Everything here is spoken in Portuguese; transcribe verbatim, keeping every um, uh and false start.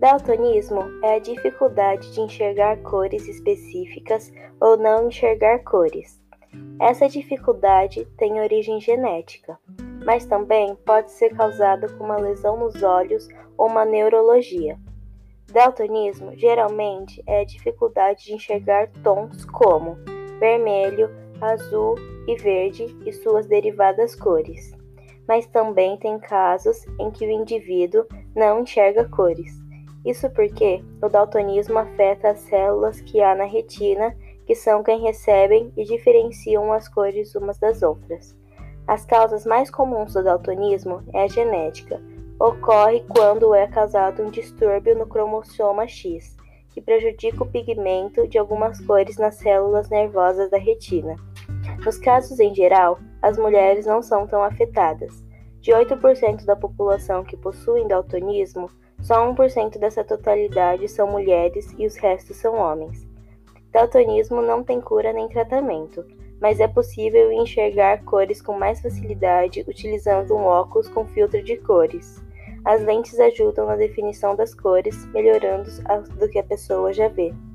Daltonismo é a dificuldade de enxergar cores específicas ou não enxergar cores. Essa dificuldade tem origem genética, mas também pode ser causada por uma lesão nos olhos ou uma neurologia. Daltonismo geralmente é a dificuldade de enxergar tons como vermelho, azul e verde e suas derivadas cores. Mas também tem casos em que o indivíduo não enxerga cores. Isso porque o daltonismo afeta as células que há na retina, que são quem recebem e diferenciam as cores umas das outras. As causas mais comuns do daltonismo é a genética. Ocorre quando é causado um distúrbio no cromossoma X, que prejudica o pigmento de algumas cores nas células nervosas da retina. Nos casos em geral, as mulheres não são tão afetadas. De oito por cento da população que possuem daltonismo, só um por cento dessa totalidade são mulheres e os restos são homens. Daltonismo não tem cura nem tratamento, mas é possível enxergar cores com mais facilidade utilizando um óculos com filtro de cores. As lentes ajudam na definição das cores, melhorando do que a pessoa já vê.